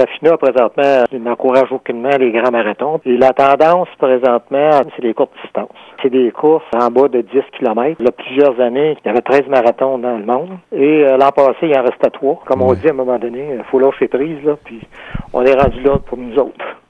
La FINA, présentement, n'encourage aucunement les grands marathons. Et la tendance, présentement, c'est les courtes distances. C'est des courses en bas de 10 km. Il y a plusieurs années, il y avait 13 marathons dans le monde. Et l'an passé, il en restait 3. Comme on dit à un moment donné, il faut lâcher prise, là, puis on est rendu là pour nous autres.